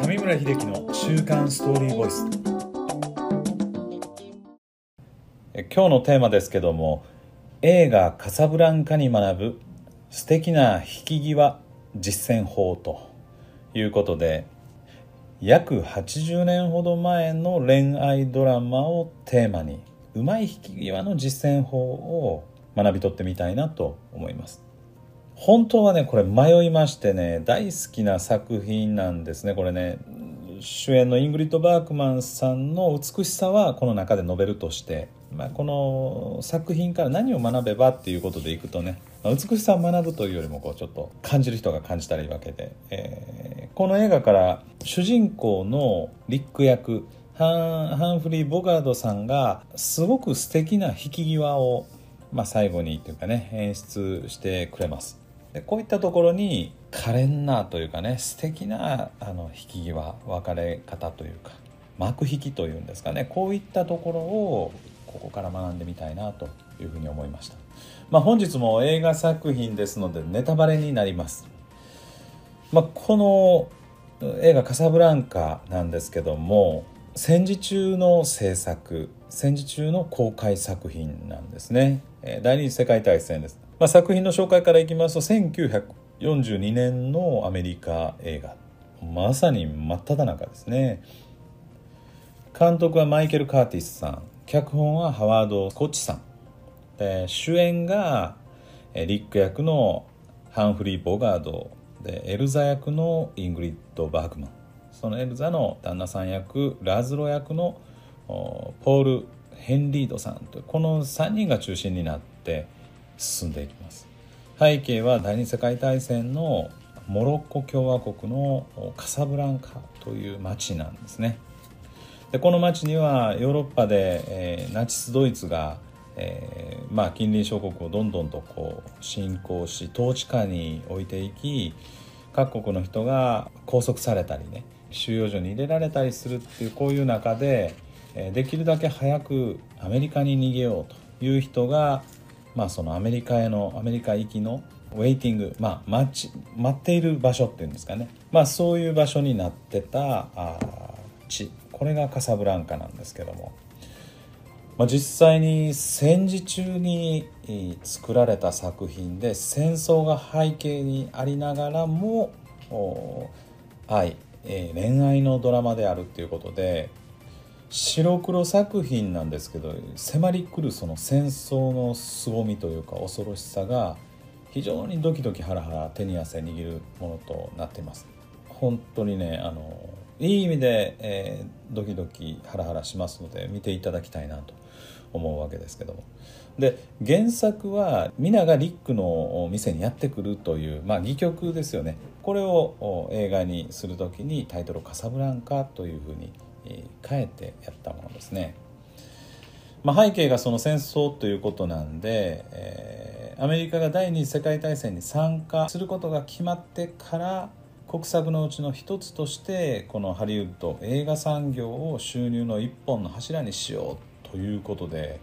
上村秀樹の週刊ストーリーボイス。今日のテーマですけども、映画カサブランカに学ぶ素敵な引き際実践法ということで、約80年ほど前の恋愛ドラマをテーマにうまい引き際の実践法を学び取ってみたいなと思います。本当はねこれ迷いましてね、大好きな作品なんですね。これね、主演のイングリッド・バークマンさんの美しさはこの中で述べるとして、この作品から何を学べばっていうことでいくとね、美しさを学ぶというよりもちょっと感じる人が感じたらいいわけで、この映画から主人公のリック役ハンフリー・ボガードさんがすごく素敵な引き際を、最後にというかね演出してくれます。でこういったところに可憐なというかね、素敵な引き際、別れ方というか幕引きというんですかね、こういったところをここから学んでみたいなというふうに思いました。本日も映画作品ですのでネタバレになります。この映画カサブランカなんですけども、戦時中の制作、戦時中の公開作品なんですね。第二次世界大戦です。作品の紹介からいきますと、1942年のアメリカ映画、まさに真っ只中ですね。監督はマイケル・カーティスさん、脚本はハワード・スコッチさんで、主演がリック役のハンフリー・ボガードで、エルザ役のイングリッド・バーグマン、そのエルザの旦那さん役ラズロ役のポール・ヘンリードさんという、この3人が中心になって進んでいきます。背景は第二次世界大戦のモロッコ共和国のカサブランカという町なんですね。でこの町にはヨーロッパで、ナチスドイツが、近隣諸国をどんどんと侵攻し統治下に置いていき、各国の人が拘束されたりね、収容所に入れられたりするっていう、こういう中でできるだけ早くアメリカに逃げようという人が、そのアメリカ行きのウェイティング、待っている場所っていうんですかね、そういう場所になってた地、これがカサブランカなんですけども、実際に戦時中に作られた作品で、戦争が背景にありながらも恋愛のドラマであるっていうことで、白黒作品なんですけど、迫り来るその戦争の凄みというか恐ろしさが非常にドキドキハラハラ、手に汗握るものとなっています。本当にね、いい意味で、ドキドキハラハラしますので見ていただきたいなと思うわけですけども、で原作は皆がリックの店にやってくるという、戯曲ですよね。これを映画にするときにタイトルカサブランカというふうに変えてやったものですね。背景がその戦争ということなんで、アメリカが第二次世界大戦に参加することが決まってから、国策のうちの一つとしてこのハリウッド映画産業を収入の一本の柱にしようということで、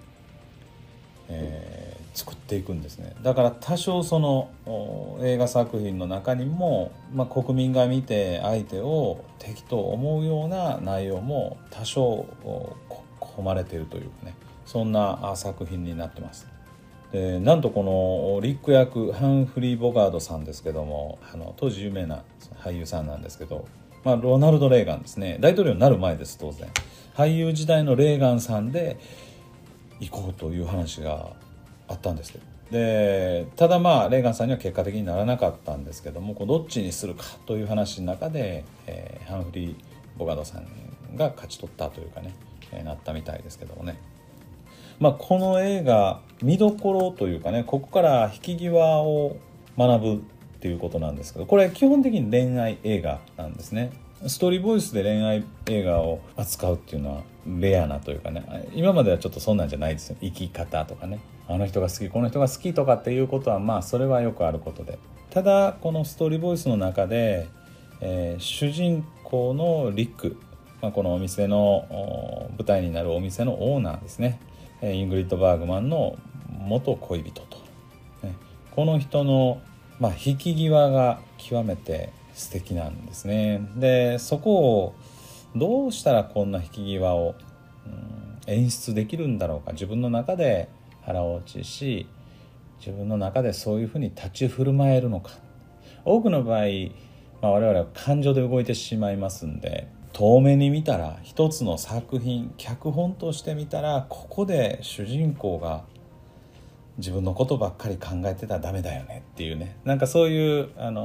作っていくんですね。だから多少その映画作品の中にも、国民が見て相手を敵と思うような内容も多少込まれているというかね、そんな作品になってます。でなんとこのリック役ハンフリー・ボガードさんですけども、当時有名な俳優さんなんですけど、ロナルド・レーガンですね、大統領になる前です。当然俳優時代のレーガンさんで行こうという話があったんですけど、でただレーガンさんには結果的にならなかったんですけども、どっちにするかという話の中で、ハンフリー・ボガードさんが勝ち取ったというかね、なったみたいですけどもね。この映画見どころというかね、ここから引き際を学ぶっていうことなんですけど、これ基本的に恋愛映画なんですね。ストーリーボイスで恋愛映画を扱うっていうのはレアなというかね、今まではちょっとそんなんじゃないですよ。生き方とかね、あの人が好きこの人が好きとかっていうことはそれはよくあることで、ただこのストーリーボイスの中で、主人公のリック、このお店の舞台になるお店のオーナーですね、イングリッド・バーグマンの元恋人と、この人の引き際が極めて素敵なんですね。でそこをどうしたらこんな引き際を、演出できるんだろうか、自分の中で腹落ちし、自分の中でそういうふうに立ち振る舞えるのか。多くの場合、我々は感情で動いてしまいますんで、遠目に見たら一つの作品、脚本として見たら、ここで主人公が自分のことばっかり考えてたらダメだよねっていうね、なんかそういう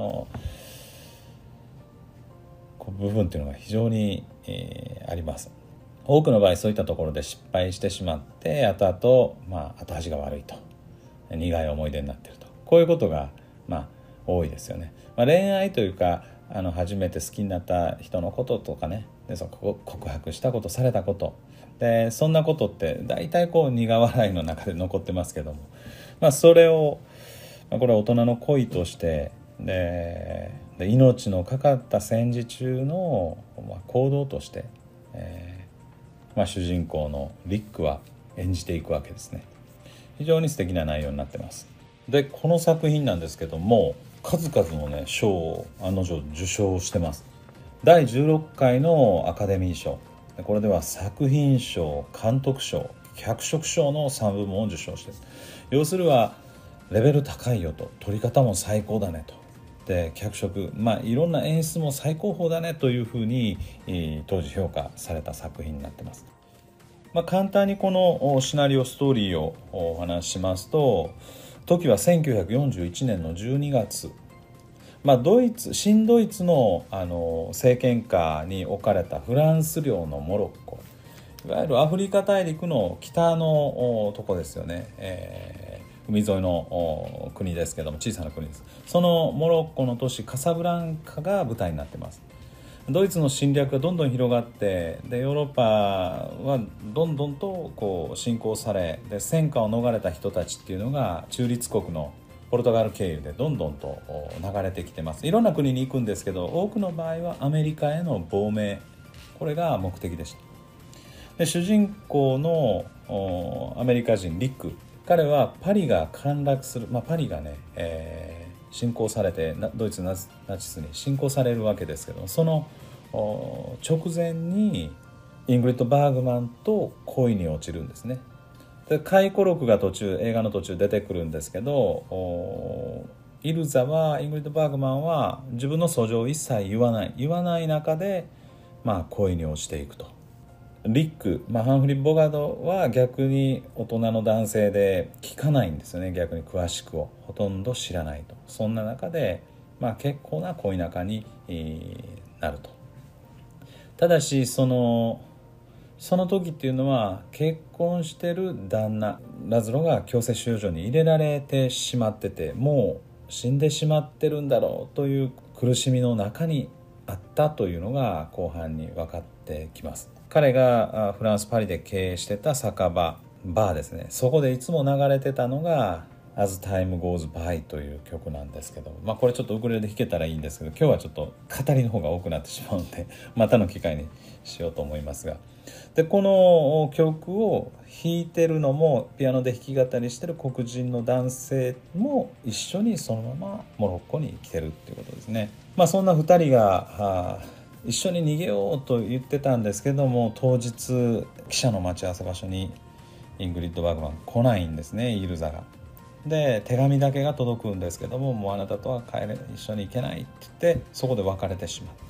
部分っていうのが非常に、あります。多くの場合そういったところで失敗してしまって、後々、後味が悪いと、苦い思い出になっていると、こういうことが多いですよね。恋愛というか初めて好きになった人のこととかね、でそこ告白したこと、されたことで、そんなことって大体苦笑いの中で残ってますけども、それを、これは大人の恋としてで命のかかった戦時中の、行動として、主人公のリックは演じていくわけですね。非常に素敵な内容になってます。でこの作品なんですけども、数々のね賞を案の定受賞してます。第16回のアカデミー賞、これでは作品賞、監督賞、脚色賞の3部門を受賞している。要するはレベル高いよと、撮り方も最高だねと、で脚色、いろんな演出も最高峰だねというふうに、当時評価された作品になってます。簡単にこのシナリオストーリーをお話ししますと、時は1941年の12月、新ドイツの、政権下に置かれたフランス領のモロッコ、いわゆるアフリカ大陸の北のとこですよね、海沿いの国ですけども、小さな国です。そのモロッコの都市カサブランカが舞台になっています。ドイツの侵略がどんどん広がって、でヨーロッパはどんどんと侵攻され、で戦火を逃れた人たちっていうのが中立国のポルトガル経由でどんどんと流れてきてます。いろんな国に行くんですけど、多くの場合はアメリカへの亡命、これが目的でした。で主人公のアメリカ人リック、彼はパリが陥落する、パリがね、侵攻されて、ドイツナチスに侵攻されるわけですけど、その直前にイングリッド・バーグマンと恋に落ちるんですね。で回顧録が映画の途中出てくるんですけど、イルザは、イングリッド・バーグマンは自分の訴状を一切言わない中で、恋に落ちていくと。リック、ハンフリー・ボガドは逆に大人の男性で聞かないんですよね。逆に詳しくをほとんど知らないと。そんな中で、結構な恋仲になると。ただしその時っていうのは、結婚してる旦那ラズロが強制収容所に入れられてしまってて、もう死んでしまってるんだろうという苦しみの中にあったというのが後半に分かってきます。彼がフランス・パリで経営してた酒場、バーですね、そこでいつも流れてたのが As Time Goes By という曲なんですけど、これちょっとウクレレで弾けたらいいんですけど、今日はちょっと語りの方が多くなってしまうのでまたの機会にしようと思いますが、でこの曲を弾いてるのも、ピアノで弾き語りしてる黒人の男性も一緒にそのままモロッコに来てるっていうことですね。そんな2人が一緒に逃げようと言ってたんですけども、当日記者の待ち合わせ場所にイングリッド・バーグマン来ないんですね、イルザが。で手紙だけが届くんですけども、もうあなたとは一緒に行けないって言って、そこで別れてしまって、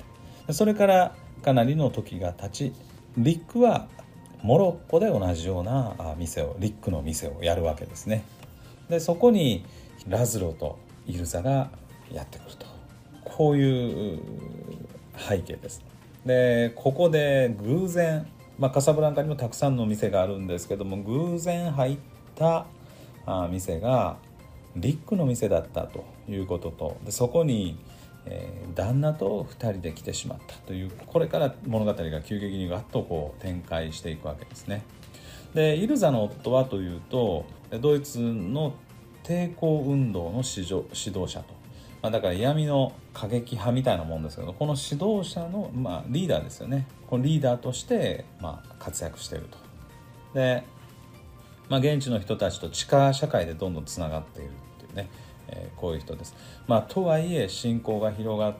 それからかなりの時が経ち、リックはモロッコで同じようなリックの店をやるわけですね。でそこにラズロとイルザがやってくると、こういう背景です。でここで偶然、カサブランカにもたくさんの店があるんですけども、偶然入った店がリックの店だったということと、でそこに、旦那と2人で来てしまったという、これから物語が急激にガッと展開していくわけですね。でイルザの夫はというと、ドイツの抵抗運動の指導者と、だから闇の過激派みたいなもんですけど、この指導者の、リーダーですよね。このリーダーとして、活躍していると。で、現地の人たちと地下社会でどんどんつながっているっていうね、 こういう人です。とはいえ信仰が広がって、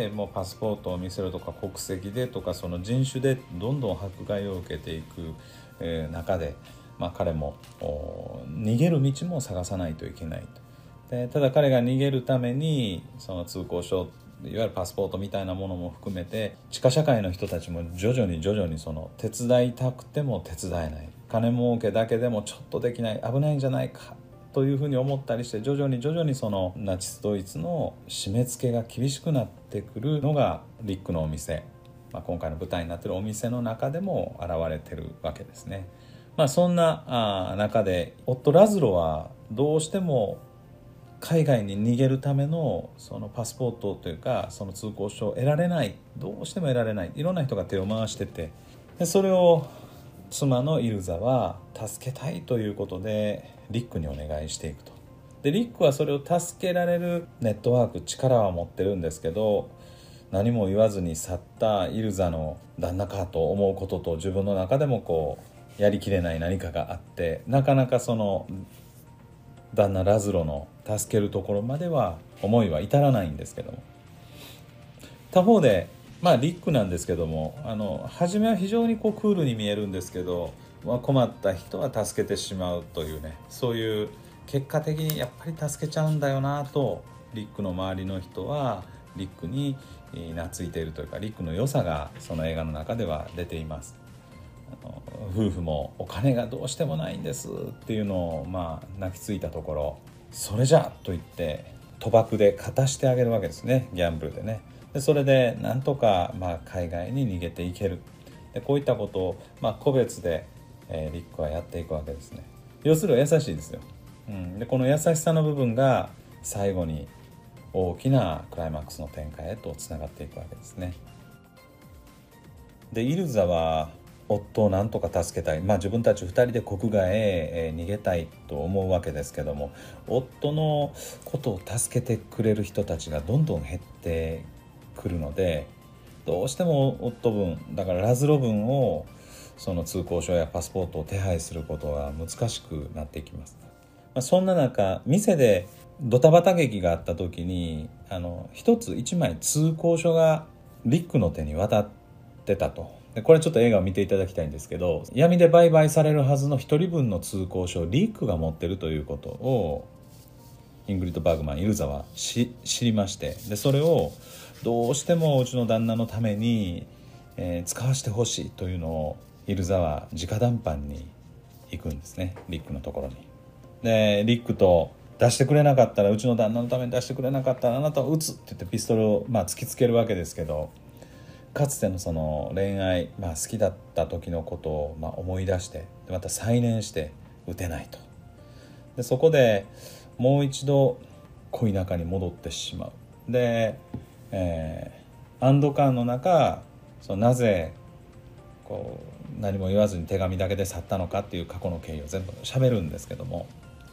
もうパスポートを見せるとか国籍でとか、その人種でどんどん迫害を受けていく、中で、彼も逃げる道も探さないといけないと。でただ彼が逃げるためにその通行証、いわゆるパスポートみたいなものも含めて、地下社会の人たちも徐々にその手伝いたくても手伝えない、金儲けだけでもちょっとできない、危ないんじゃないかというふうに思ったりして、徐々にそのナチスドイツの締め付けが厳しくなってくるのがリックのお店、今回の舞台になっているお店の中でも現れてるわけですね。そんな中で夫ラズロはどうしても海外に逃げるためのそのパスポートというかその通行証を得られない、どうしても得られない、いろんな人が手を回してて、でそれを妻のイルザは助けたいということでリックにお願いしていくと。でリックはそれを助けられるネットワーク、力は持ってるんですけど、何も言わずに去ったイルザの旦那かと思うことと、自分の中でもやりきれない何かがあって、なかなかその旦那ラズロの助けるところまでは思いは至らないんですけども、他方でリックなんですけども、初めは非常にクールに見えるんですけど、困った人は助けてしまうというね、そういう結果的にやっぱり助けちゃうんだよなと、リックの周りの人はリックに懐いているというか、リックの良さがその映画の中では出ています。夫婦もお金がどうしてもないんですっていうのを泣きついたところ、それじゃと言って賭博で勝たしてあげるわけですね、ギャンブルでね。でそれでなんとか海外に逃げていける。でこういったことを個別で、リックはやっていくわけですね。要するに優しいですよ、でこの優しさの部分が最後に大きなクライマックスの展開へとつながっていくわけですね。でイルザは夫を何とか助けたい、自分たち2人で国外へ逃げたいと思うわけですけども、夫のことを助けてくれる人たちがどんどん減ってくるので、どうしても夫分、だからラズロ分をその通行証やパスポートを手配することは難しくなっていきます。そんな中、店でドタバタ劇があった時に一枚通行証がリックの手に渡ってたと。でこれちょっと映画を見ていただきたいんですけど、闇で売買されるはずの一人分の通行証をリックが持ってるということをイングリッド・バーグマン、イルザは知りまして、でそれをどうしてもうちの旦那のために、使わせてほしいというのをイルザは直談判に行くんですね、リックのところに。でリックと出してくれなかったら、うちの旦那のために出してくれなかったらあなたを撃つって言ってピストルを突きつけるわけですけど、かつてのその恋愛、好きだった時のことを思い出して、また再燃して撃てないと。でそこでもう一度恋仲に戻ってしまう。で、安堵感の中、なぜ何も言わずに手紙だけで去ったのかっていう過去の経緯を全部喋るんですけども、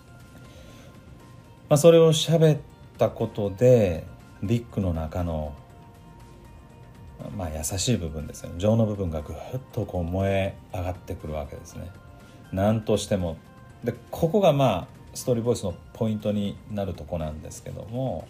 それを喋ったことでリックの中の優しい部分ですね、情の部分がぐっと燃え上がってくるわけですね。何としても。でここがストーリーボイスのポイントになるとこなんですけども、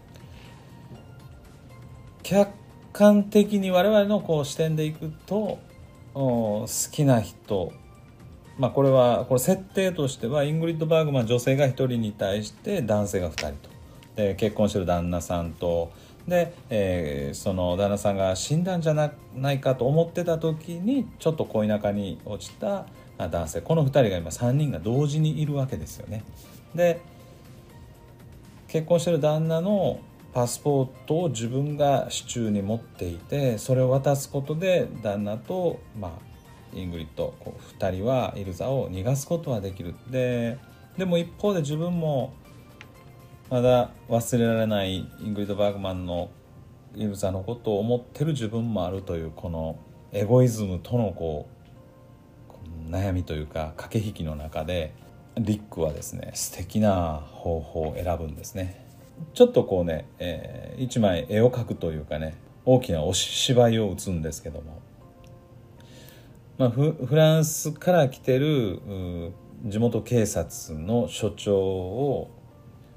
客観的に我々の視点でいくと、好きな人、これ設定としてはイングリッド・バーグマン、女性が1人に対して男性が2人と。で結婚してる旦那さんとで、その旦那さんが死んだんじゃないかと思ってた時にちょっと恋仲に落ちた男性、この2人が今3人が同時にいるわけですよね。で結婚してる旦那のパスポートを自分が手中に持っていて、それを渡すことで旦那と、イングリッド2人はイルザを逃がすことはできる。でも一方で自分もまだ忘れられないイングリッド・バーグマンのイルザのことを思ってる自分もあるという、このエゴイズムとの悩みというか駆け引きの中でリックはですね、素敵な方法を選ぶんですね。ちょっと一枚絵を描くというかね、大きなお芝居を打つんですけども、フランスから来てる地元警察の所長を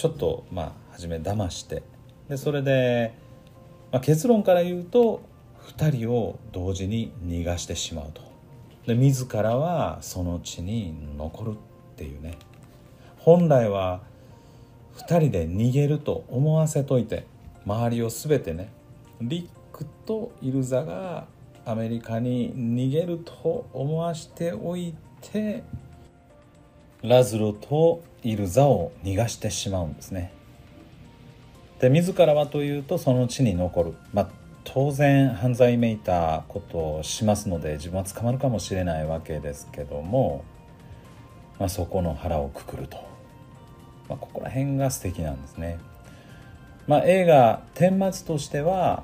ちょっと初め騙して、でそれで、結論から言うと2人を同時に逃がしてしまうと。で自らはその地に残るっていうね。本来は2人で逃げると思わせといて、周りを全てね、リックとイルザがアメリカに逃げると思わしておいて、ラズロとイルザを逃がしてしまうんですね。で自らはというとその地に残る、当然犯罪めいたことをしますので自分は捕まるかもしれないわけですけども、そこの腹をくくると、ここら辺が素敵なんですね。映画顛末としては、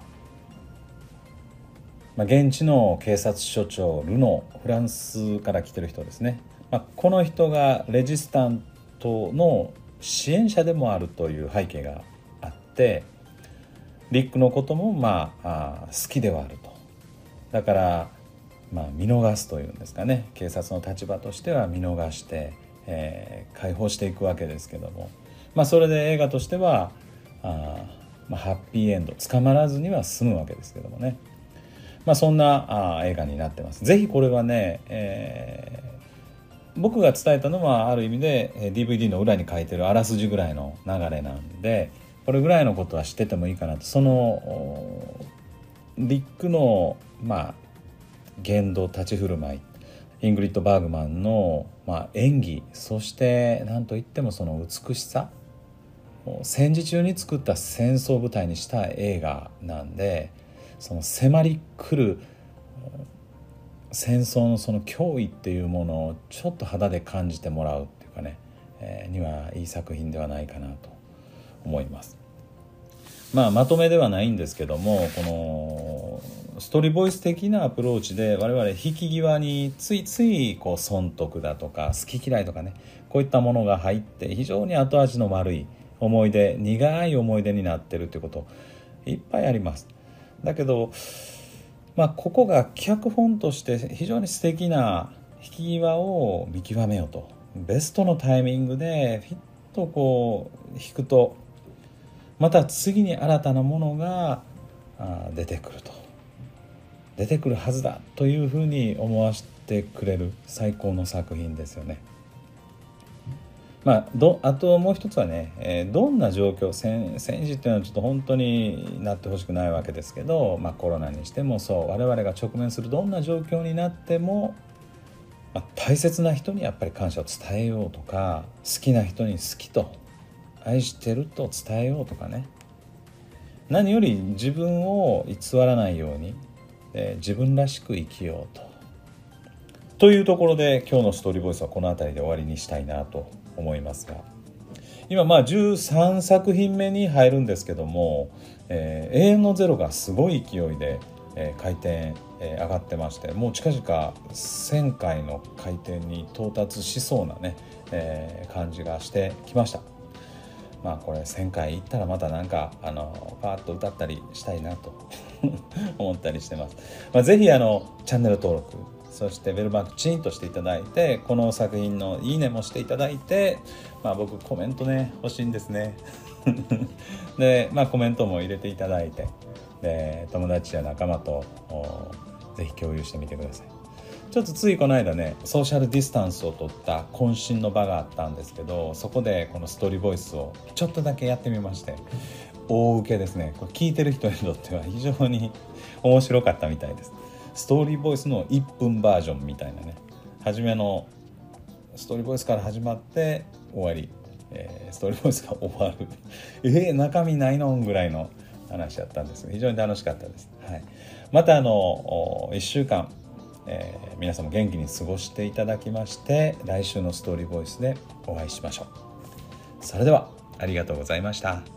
現地の警察署長ルノ、フランスから来てる人ですね、この人がレジスタントの支援者でもあるという背景があって、リックのことも好きではあると。だから見逃すというんですかね、警察の立場としては見逃して、解放していくわけですけども、それで映画としてはハッピーエンド、捕まらずには済むわけですけどもね、そんな映画になってます。ぜひこれはね、僕が伝えたのはある意味で DVD の裏に書いてるあらすじぐらいの流れなんで、これぐらいのことは知っててもいいかなと。そのリックの言動、立ち振る舞い、イングリッド・バーグマンの演技、そして何といってもその美しさ、戦時中に作った戦争を舞台にした映画なんで、その迫り来る戦争のその脅威っていうものをちょっと肌で感じてもらうっていうかね、にはいい作品ではないかなと思います。まとめではないんですけども、このストーリーボイス的なアプローチで我々引き際についつい損得だとか好き嫌いとかね、こういったものが入って非常に後味の悪い思い出、苦い思い出になってるということいっぱいあります。だけどここが脚本として非常に素敵な引き際を見極めようと、ベストのタイミングでフィッと引くと、また次に新たなものが出てくるはずだというふうに思わせてくれる最高の作品ですよね。あともう一つはね、どんな状況、戦時っていうのはちょっと本当になってほしくないわけですけど、コロナにしてもそう、我々が直面するどんな状況になっても、大切な人にやっぱり感謝を伝えようとか、好きな人に好きと、愛してると伝えようとかね、何より自分を偽らないように、自分らしく生きようというところで、今日のストーリーボイスはこの辺りで終わりにしたいなと思いますが、今13作品目に入るんですけども、永遠のゼロがすごい勢いで、回転、上がってまして、もう近々1000回の回転に到達しそうなね、感じがしてきました。これ1000回いったらまたパーッと歌ったりしたいなと思ったりしてます。ぜひチャンネル登録、そしてベルマークチンとしていただいて、この作品のいいねもしていただいて、僕コメントね欲しいんですねで、コメントも入れていただいて、で友達や仲間とぜひ共有してみてください。ちょっとついこの間ね、ソーシャルディスタンスを取った渾身の場があったんですけど、そこでこのストーリーボイスをちょっとだけやってみまして、大受けですね。これ聞いてる人にとっては非常に面白かったみたいです。ストーリーボイスの1分バージョンみたいなね、初めのストーリーボイスから始まって終わり、ストーリーボイスが終わる中身ないのぐらいの話だったんです。非常に楽しかったです。また1週間、皆さんも元気に過ごしていただきまして、来週のストーリーボイスでお会いしましょう。それではありがとうございました。